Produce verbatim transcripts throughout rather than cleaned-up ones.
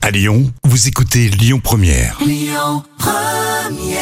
À Lyon, vous écoutez Lyon Première. Lyon Première.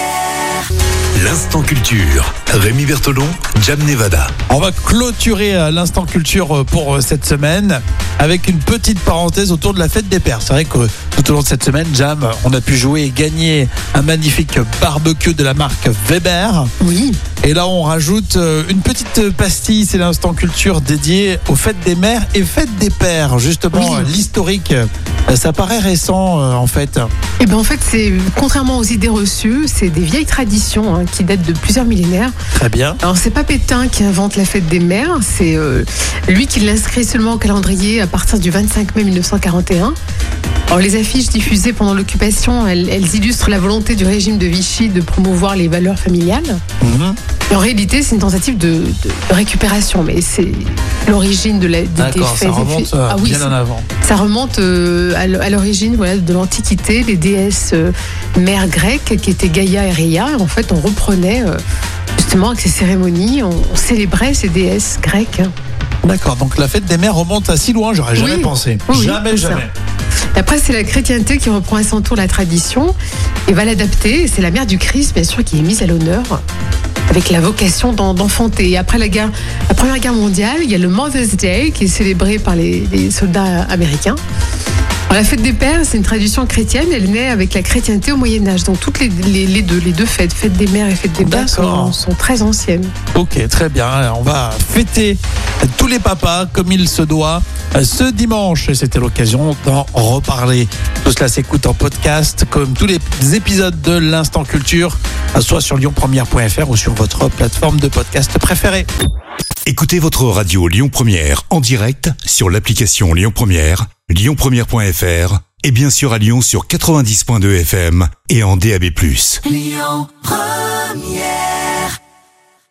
L'instant culture. Rémi Bertolon, Jam Nevada. On va clôturer l'instant culture pour cette semaine avec une petite parenthèse autour de la fête des pères. C'est vrai que tout au long de cette semaine, Jam, on a pu jouer et gagner un magnifique barbecue de la marque Weber. Oui. Et là, on rajoute une petite pastille, c'est l'instant culture dédié aux fêtes des mères et fêtes des pères. Justement, Oui. l'historique, ça paraît récent en fait. Et ben en fait, c'est contrairement aux idées reçues, c'est des vieilles traditions hein, qui datent de plusieurs millénaires. Très bien. Alors c'est pas Pétain qui invente la fête des mères, c'est euh, lui qui l'inscrit seulement au calendrier à partir du vingt-cinq mai mille neuf cent quarante et un. Alors les affiches diffusées pendant l'occupation, elles, elles illustrent la volonté du régime de Vichy de promouvoir les valeurs familiales. Mmh. Et en réalité, c'est une tentative de, de, de récupération, mais c'est l'origine de la, des, D'accord, des ça faits. remonte euh, Ah oui, bien c'est- en avant. Ça remonte euh, à l- à l'origine voilà, de l'Antiquité, les déesses euh, mères grecques qui étaient Gaïa et Rhea. En fait, on reprenait euh, justement avec ces cérémonies, on, on célébrait ces déesses grecques. D'accord, donc la fête des mères remonte à si loin, j'aurais jamais Oui. pensé. Oui, oui, jamais, c'est ça. jamais. Après, c'est la chrétienté qui reprend à son tour la tradition et va l'adapter. Et c'est la mère du Christ, bien sûr, qui est mise à l'honneur avec la vocation d'en- d'enfanter. Et après la, guerre, la Première Guerre mondiale, il y a le Mother's Day qui est célébré par les, les soldats américains. Alors, la fête des pères, c'est une tradition chrétienne. Elle naît avec la chrétienté au Moyen Âge. Donc toutes les, les, les deux, les deux fêtes, fête des mères et fête des pères, D'accord. sont, sont très anciennes. Ok, très bien. Alors, on va fêter tous les papas comme il se doit euh, ce dimanche. Et c'était l'occasion d'en reparler. Tout cela s'écoute en podcast, comme tous les épisodes de l'Instant Culture, euh, soit sur lyon première point f r ou sur votre plateforme de podcast préférée. Écoutez votre radio Lyon Première en direct sur l'application Lyon Première, lyon première point f r et bien sûr à Lyon sur quatre-vingt-dix point deux F M et en D A B plus. Lyon Première.